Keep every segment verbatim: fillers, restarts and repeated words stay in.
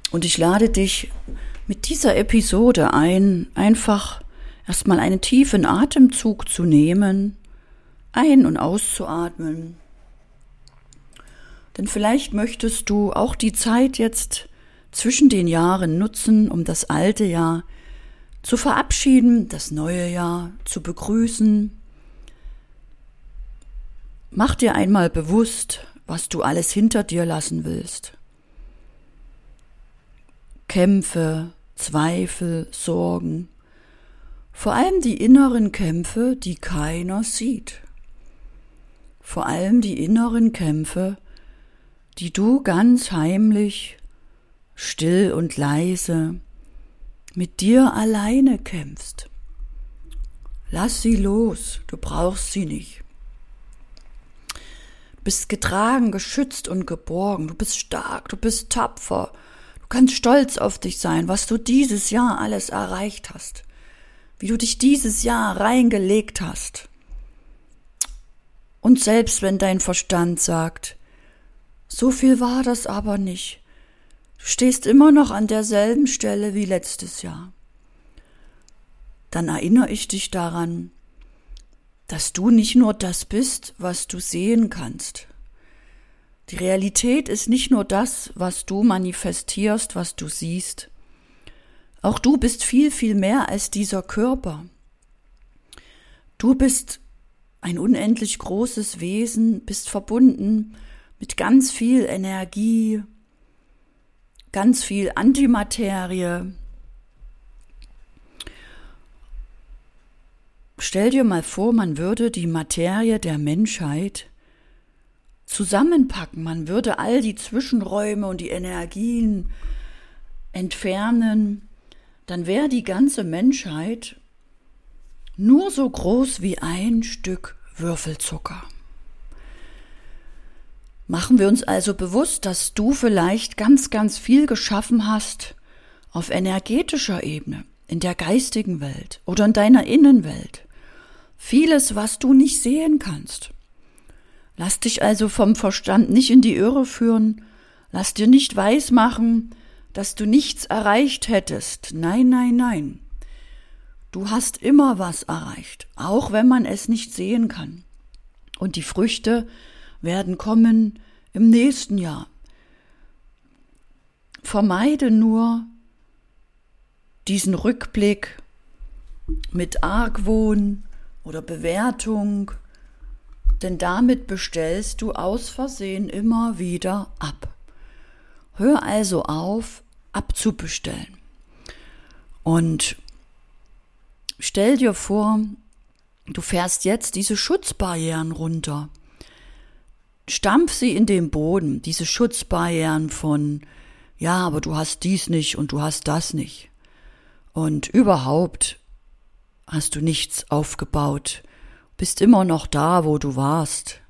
Und ich lade dich mit dieser Episode ein, einfach erstmal einen tiefen Atemzug zu nehmen, ein- und auszuatmen. Denn vielleicht möchtest du auch die Zeit jetzt zwischen den Jahren nutzen, um das alte Jahr zu verabschieden, das neue Jahr zu begrüßen. Mach dir einmal bewusst, was du alles hinter dir lassen willst. Kämpfe, Zweifel, Sorgen, vor allem die inneren Kämpfe, die keiner sieht. Vor allem die inneren Kämpfe, die du ganz heimlich, still und leise mit dir alleine kämpfst. Lass sie los, du brauchst sie nicht. Du bist getragen, geschützt und geborgen, du bist stark, du bist tapfer. Du kannst stolz auf dich sein, was du dieses Jahr alles erreicht hast, wie du dich dieses Jahr reingelegt hast. Und selbst wenn dein Verstand sagt, so viel war das aber nicht, du stehst immer noch an derselben Stelle wie letztes Jahr, dann erinnere ich dich daran, dass du nicht nur das bist, was du sehen kannst. Die Realität ist nicht nur das, was du manifestierst, was du siehst. Auch du bist viel, viel mehr als dieser Körper. Du bist ein unendlich großes Wesen, bist verbunden mit ganz viel Energie, ganz viel Antimaterie. Stell dir mal vor, man würde die Materie der Menschheit zusammenpacken, man würde all die Zwischenräume und die Energien entfernen, dann wäre die ganze Menschheit nur so groß wie ein Stück Würfelzucker. Machen wir uns also bewusst, dass du vielleicht ganz, ganz viel geschaffen hast auf energetischer Ebene, in der geistigen Welt oder in deiner Innenwelt. Vieles, was du nicht sehen kannst. Lass dich also vom Verstand nicht in die Irre führen, lass dir nicht weismachen, dass du nichts erreicht hättest. Nein, nein, nein. Du hast immer was erreicht, auch wenn man es nicht sehen kann. Und die Früchte werden kommen im nächsten Jahr. Vermeide nur diesen Rückblick mit Argwohn oder Bewertung, denn damit bestellst du aus Versehen immer wieder ab. Hör also auf, abzubestellen. Und stell dir vor, du fährst jetzt diese Schutzbarrieren runter. Stampf sie in den Boden, diese Schutzbarrieren von, ja, aber du hast dies nicht und du hast das nicht. Und überhaupt hast du nichts aufgebaut, bist immer noch da, wo du warst,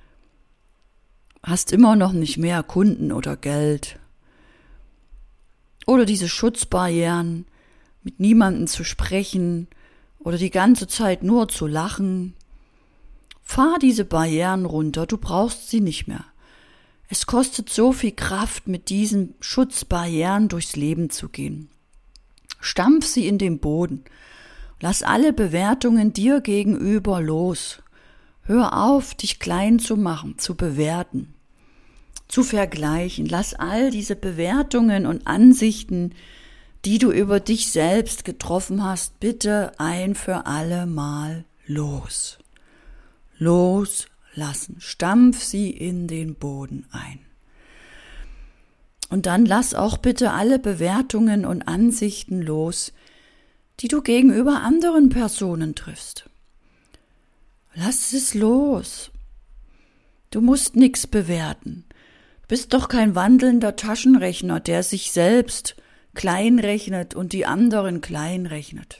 hast immer noch nicht mehr Kunden oder Geld. Oder diese Schutzbarrieren, mit niemandem zu sprechen oder die ganze Zeit nur zu lachen. Fahr diese Barrieren runter, du brauchst sie nicht mehr. Es kostet so viel Kraft, mit diesen Schutzbarrieren durchs Leben zu gehen. Stampf sie in den Boden. Lass alle Bewertungen dir gegenüber los. Hör auf, dich klein zu machen, zu bewerten, zu vergleichen. Lass all diese Bewertungen und Ansichten, die du über dich selbst getroffen hast, bitte ein für alle Mal los. Loslassen. Stampf sie in den Boden ein. Und dann lass auch bitte alle Bewertungen und Ansichten los, die du gegenüber anderen Personen triffst. Lass es los. Du musst nichts bewerten. Du bist doch kein wandelnder Taschenrechner, der sich selbst klein rechnet und die anderen klein rechnet.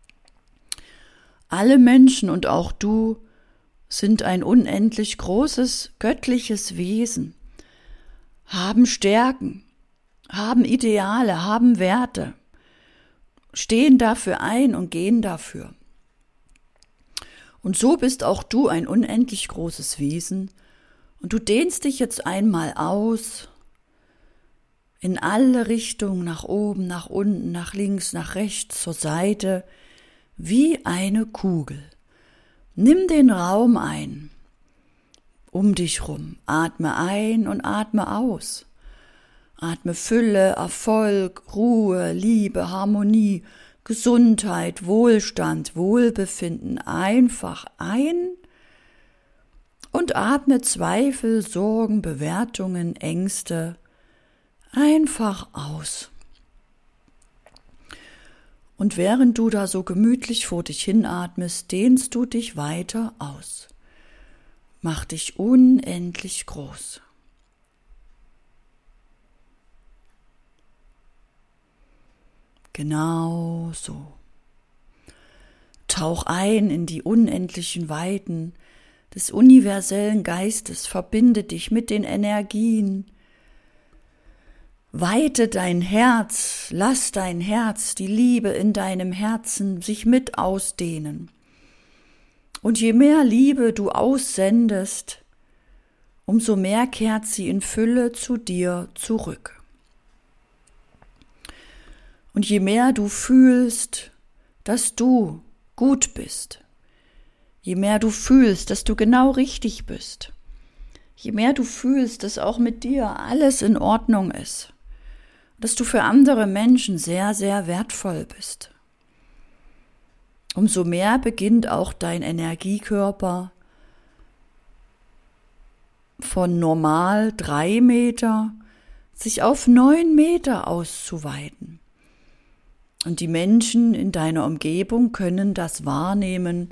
Alle Menschen und auch du sind ein unendlich großes, göttliches Wesen, haben Stärken, haben Ideale, haben Werte, stehen dafür ein und gehen dafür. Und so bist auch du ein unendlich großes Wesen und du dehnst dich jetzt einmal aus in alle Richtungen, nach oben, nach unten, nach links, nach rechts, zur Seite, wie eine Kugel. Nimm den Raum ein, um dich rum, atme ein und atme aus. Atme Fülle, Erfolg, Ruhe, Liebe, Harmonie, Gesundheit, Wohlstand, Wohlbefinden einfach ein und atme Zweifel, Sorgen, Bewertungen, Ängste einfach aus. Und während du da so gemütlich vor dich hinatmest, dehnst du dich weiter aus. Mach dich unendlich groß. Genau so. Tauch ein in die unendlichen Weiten des universellen Geistes, verbinde dich mit den Energien. Weite dein Herz, lass dein Herz, die Liebe in deinem Herzen sich mit ausdehnen. Und je mehr Liebe du aussendest, umso mehr kehrt sie in Fülle zu dir zurück. Und je mehr du fühlst, dass du gut bist, je mehr du fühlst, dass du genau richtig bist, je mehr du fühlst, dass auch mit dir alles in Ordnung ist, dass du für andere Menschen sehr, sehr wertvoll bist, umso mehr beginnt auch dein Energiekörper von normal drei Meter sich auf neun Meter auszuweiten. Und die Menschen in deiner Umgebung können das wahrnehmen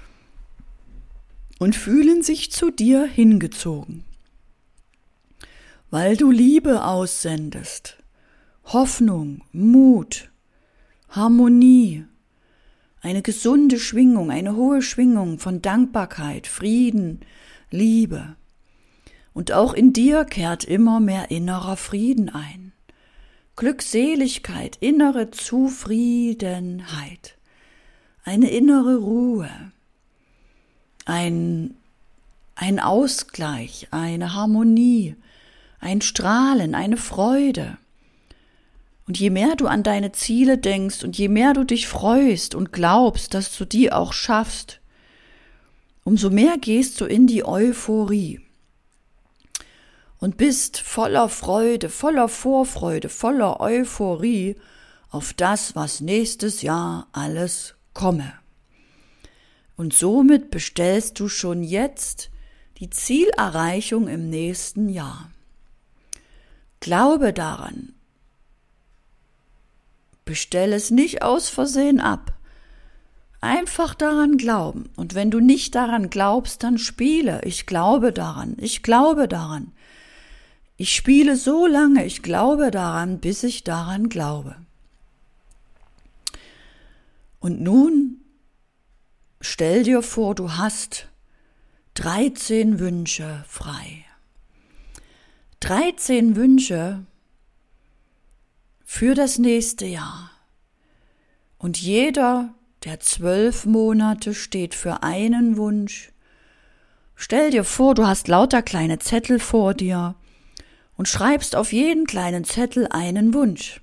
und fühlen sich zu dir hingezogen, weil du Liebe aussendest, Hoffnung, Mut, Harmonie, eine gesunde Schwingung, eine hohe Schwingung von Dankbarkeit, Frieden, Liebe. Und auch in dir kehrt immer mehr innerer Frieden ein. Glückseligkeit, innere Zufriedenheit, eine innere Ruhe, ein, ein Ausgleich, eine Harmonie, ein Strahlen, eine Freude. Und je mehr du an deine Ziele denkst und je mehr du dich freust und glaubst, dass du die auch schaffst, umso mehr gehst du in die Euphorie. Und bist voller Freude, voller Vorfreude, voller Euphorie auf das, was nächstes Jahr alles komme. Und somit bestellst du schon jetzt die Zielerreichung im nächsten Jahr. Glaube daran. Bestell es nicht aus Versehen ab. Einfach daran glauben. Und wenn du nicht daran glaubst, dann spiele. Ich glaube daran. Ich glaube daran. Ich spiele so lange, ich glaube daran, bis ich daran glaube. Und nun stell dir vor, du hast dreizehn Wünsche frei. dreizehn Wünsche für das nächste Jahr. Und jeder der zwölf Monate steht für einen Wunsch. Stell dir vor, du hast lauter kleine Zettel vor dir und schreibst auf jeden kleinen Zettel einen Wunsch.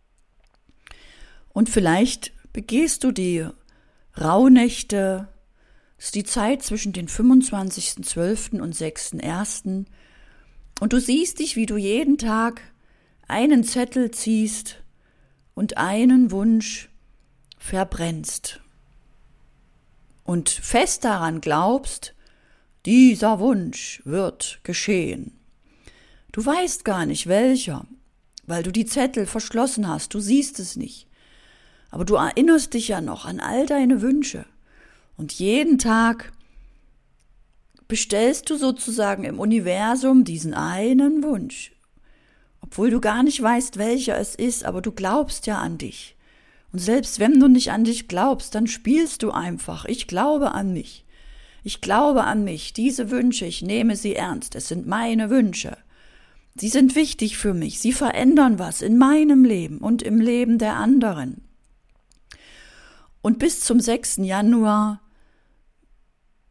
Und vielleicht begehst du die Rauhnächte, das ist die Zeit zwischen den fünfundzwanzigsten zwölften und sechsten ersten und du siehst dich, wie du jeden Tag einen Zettel ziehst und einen Wunsch verbrennst und fest daran glaubst, dieser Wunsch wird geschehen. Du weißt gar nicht welcher, weil du die Zettel verschlossen hast, du siehst es nicht. Aber du erinnerst dich ja noch an all deine Wünsche. Und jeden Tag bestellst du sozusagen im Universum diesen einen Wunsch. Obwohl du gar nicht weißt, welcher es ist, aber du glaubst ja an dich. Und selbst wenn du nicht an dich glaubst, dann spielst du einfach. Ich glaube an mich. Ich glaube an mich. Diese Wünsche, ich nehme sie ernst. Es sind meine Wünsche. Sie sind wichtig für mich, sie verändern was in meinem Leben und im Leben der anderen. Und bis zum sechsten Januar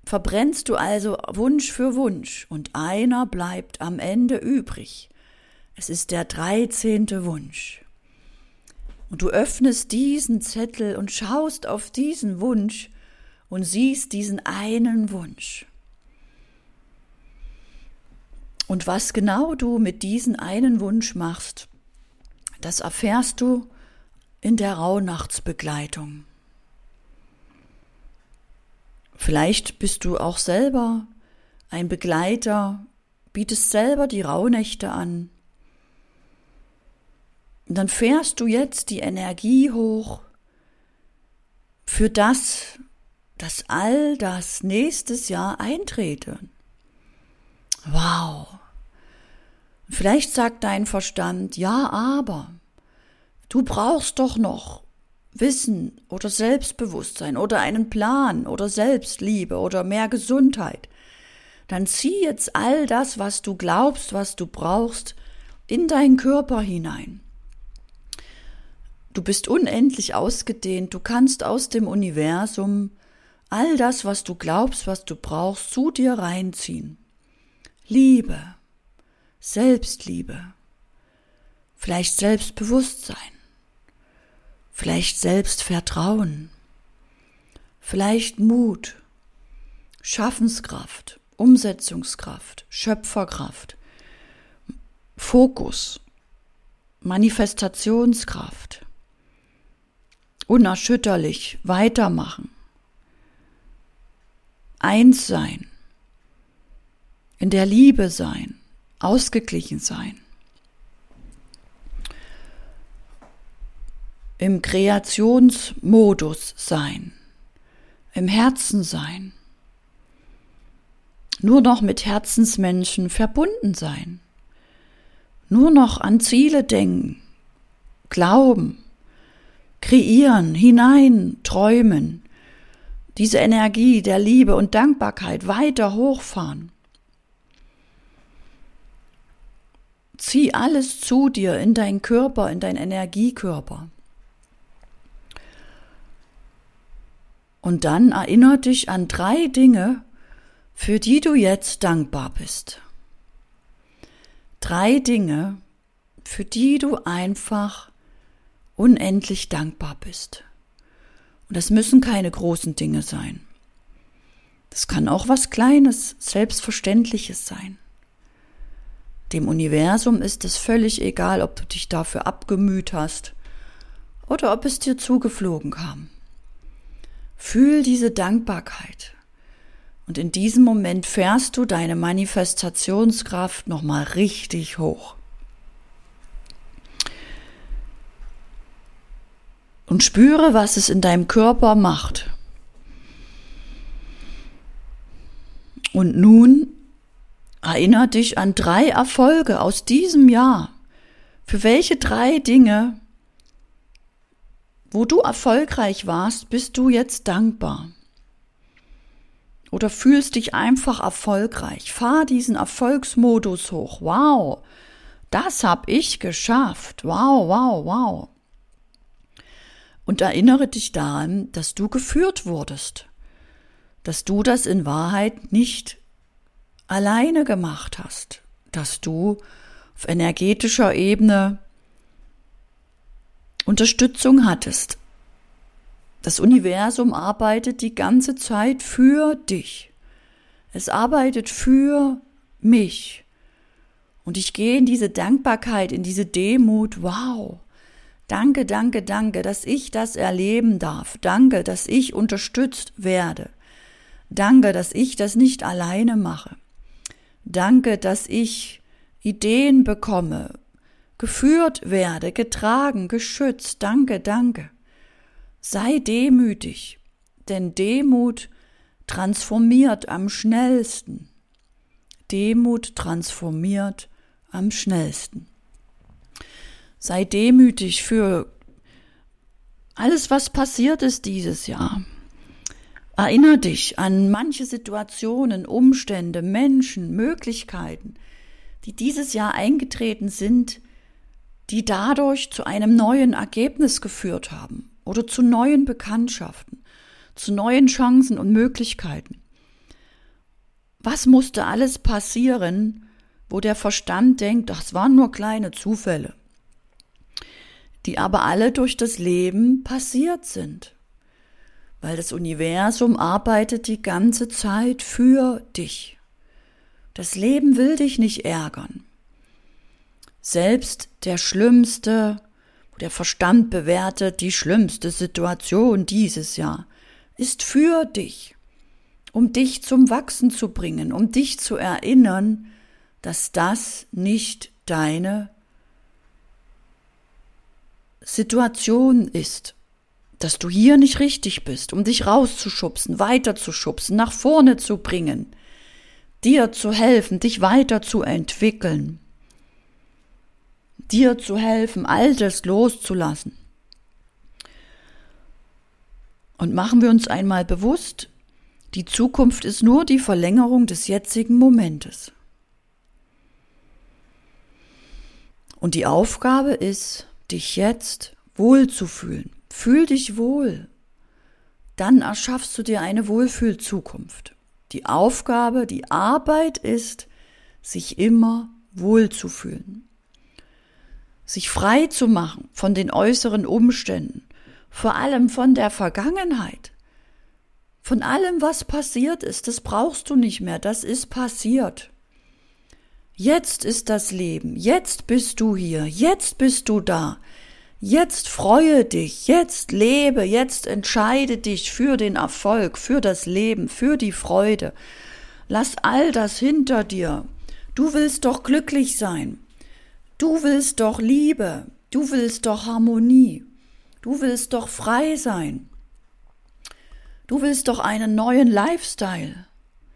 verbrennst du also Wunsch für Wunsch und einer bleibt am Ende übrig. Es ist der dreizehnte Wunsch. Und du öffnest diesen Zettel und schaust auf diesen Wunsch und siehst diesen einen Wunsch. Und was genau du mit diesem einen Wunsch machst, das erfährst du in der Rauhnachtsbegleitung. Vielleicht bist du auch selber ein Begleiter, bietest selber die Rauhnächte an. Und dann fährst du jetzt die Energie hoch für das, dass all das nächstes Jahr eintrete. Wow. Vielleicht sagt dein Verstand, ja, aber du brauchst doch noch Wissen oder Selbstbewusstsein oder einen Plan oder Selbstliebe oder mehr Gesundheit. Dann zieh jetzt all das, was du glaubst, was du brauchst, in deinen Körper hinein. Du bist unendlich ausgedehnt, du kannst aus dem Universum all das, was du glaubst, was du brauchst, zu dir reinziehen. Liebe, Selbstliebe, vielleicht Selbstbewusstsein, vielleicht Selbstvertrauen, vielleicht Mut, Schaffenskraft, Umsetzungskraft, Schöpferkraft, Fokus, Manifestationskraft, unerschütterlich weitermachen, eins sein, in der Liebe sein, ausgeglichen sein, im Kreationsmodus sein, im Herzen sein, nur noch mit Herzensmenschen verbunden sein, nur noch an Ziele denken, glauben, kreieren, hinein, träumen, diese Energie der Liebe und Dankbarkeit weiter hochfahren. Zieh alles zu dir in deinen Körper, in deinen Energiekörper. Und dann erinnere dich an drei Dinge, für die du jetzt dankbar bist. Drei Dinge, für die du einfach unendlich dankbar bist. Und das müssen keine großen Dinge sein. Das kann auch was Kleines, Selbstverständliches sein. Dem Universum ist es völlig egal, ob du dich dafür abgemüht hast oder ob es dir zugeflogen kam. Fühl diese Dankbarkeit. Und in diesem Moment fährst du deine Manifestationskraft nochmal richtig hoch. Und spüre, was es in deinem Körper macht. Und nun erinnere dich an drei Erfolge aus diesem Jahr. Für welche drei Dinge, wo du erfolgreich warst, bist du jetzt dankbar? Oder fühlst dich einfach erfolgreich? Fahr diesen Erfolgsmodus hoch. Wow, das habe ich geschafft. Wow, wow, wow. Und erinnere dich daran, dass du geführt wurdest. Dass du das in Wahrheit nicht alleine gemacht hast. Dass du auf energetischer Ebene Unterstützung hattest. Das Universum arbeitet die ganze Zeit für dich. Es arbeitet für mich. Und ich gehe in diese Dankbarkeit, in diese Demut. Wow, danke, danke, danke, dass ich das erleben darf. Danke, dass ich unterstützt werde. Danke, dass ich das nicht alleine mache. Danke, dass ich Ideen bekomme, geführt werde, getragen, geschützt. Danke, danke. Sei demütig, denn Demut transformiert am schnellsten. Demut transformiert am schnellsten. Sei demütig für alles, was passiert ist dieses Jahr. Erinnere dich an manche Situationen, Umstände, Menschen, Möglichkeiten, die dieses Jahr eingetreten sind, die dadurch zu einem neuen Ergebnis geführt haben. Oder zu neuen Bekanntschaften, zu neuen Chancen und Möglichkeiten. Was musste alles passieren, wo der Verstand denkt, das waren nur kleine Zufälle, die aber alle durch das Leben passiert sind. Weil das Universum arbeitet die ganze Zeit für dich. Das Leben will dich nicht ärgern. Selbst der schlimmste, wo der Verstand bewertet, die schlimmste Situation dieses Jahr, ist für dich, um dich zum Wachsen zu bringen, um dich zu erinnern, dass das nicht deine Situation ist, dass du hier nicht richtig bist, um dich rauszuschubsen, weiterzuschubsen, nach vorne zu bringen, dir zu helfen, dich weiterzuentwickeln, dir zu helfen, Altes loszulassen. Und machen wir uns einmal bewusst, die Zukunft ist nur die Verlängerung des jetzigen Momentes. Und die Aufgabe ist, dich jetzt wohlzufühlen. Fühl dich wohl. Dann erschaffst du dir eine Wohlfühlzukunft. Die Aufgabe, die Arbeit ist, sich immer wohlzufühlen. Sich frei zu machen von den äußeren Umständen, vor allem von der Vergangenheit. Von allem, was passiert ist, das brauchst du nicht mehr, das ist passiert. Jetzt ist das Leben, jetzt bist du hier, jetzt bist du da. Jetzt freue dich, jetzt lebe, jetzt entscheide dich für den Erfolg, für das Leben, für die Freude. Lass all das hinter dir. Du willst doch glücklich sein. Du willst doch Liebe. Du willst doch Harmonie. Du willst doch frei sein. Du willst doch einen neuen Lifestyle.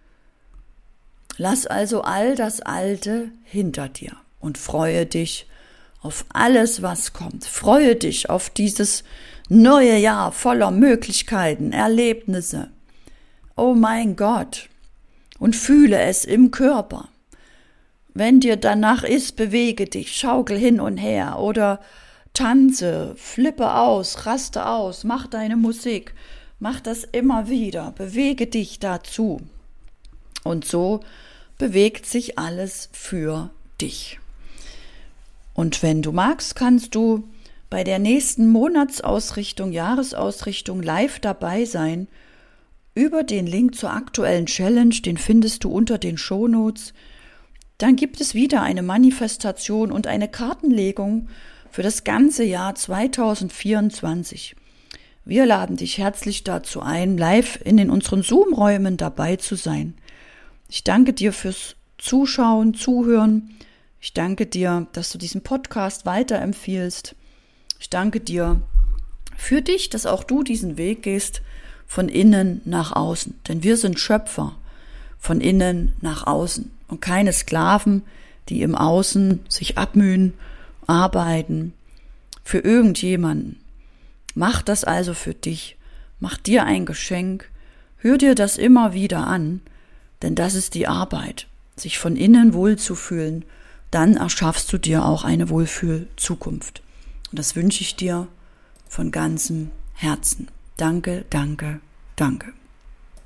Lass also all das Alte hinter dir und freue dich auf alles, was kommt. Freue dich auf dieses neue Jahr voller Möglichkeiten, Erlebnisse. Oh mein Gott. Und fühle es im Körper. Wenn dir danach ist, bewege dich, schaukel hin und her oder tanze, flippe aus, raste aus, mach deine Musik. Mach das immer wieder, bewege dich dazu. Und so bewegt sich alles für dich. Und wenn du magst, kannst du bei der nächsten Monatsausrichtung, Jahresausrichtung live dabei sein. Über den Link zur aktuellen Challenge, den findest du unter den Shownotes. Dann gibt es wieder eine Manifestation und eine Kartenlegung für das ganze Jahr zweitausendvierundzwanzig. Wir laden dich herzlich dazu ein, live in den unseren Zoom-Räumen dabei zu sein. Ich danke dir fürs Zuschauen, Zuhören. Ich danke dir, dass du diesen Podcast weiterempfiehlst. Ich danke dir für dich, dass auch du diesen Weg gehst, von innen nach außen. Denn wir sind Schöpfer von innen nach außen und keine Sklaven, die im Außen sich abmühen, arbeiten für irgendjemanden. Mach das also für dich. Mach dir ein Geschenk. Hör dir das immer wieder an, denn das ist die Arbeit, sich von innen wohlzufühlen. Dann erschaffst du dir auch eine Wohlfühl-Zukunft. Und das wünsche ich dir von ganzem Herzen. Danke, danke, danke.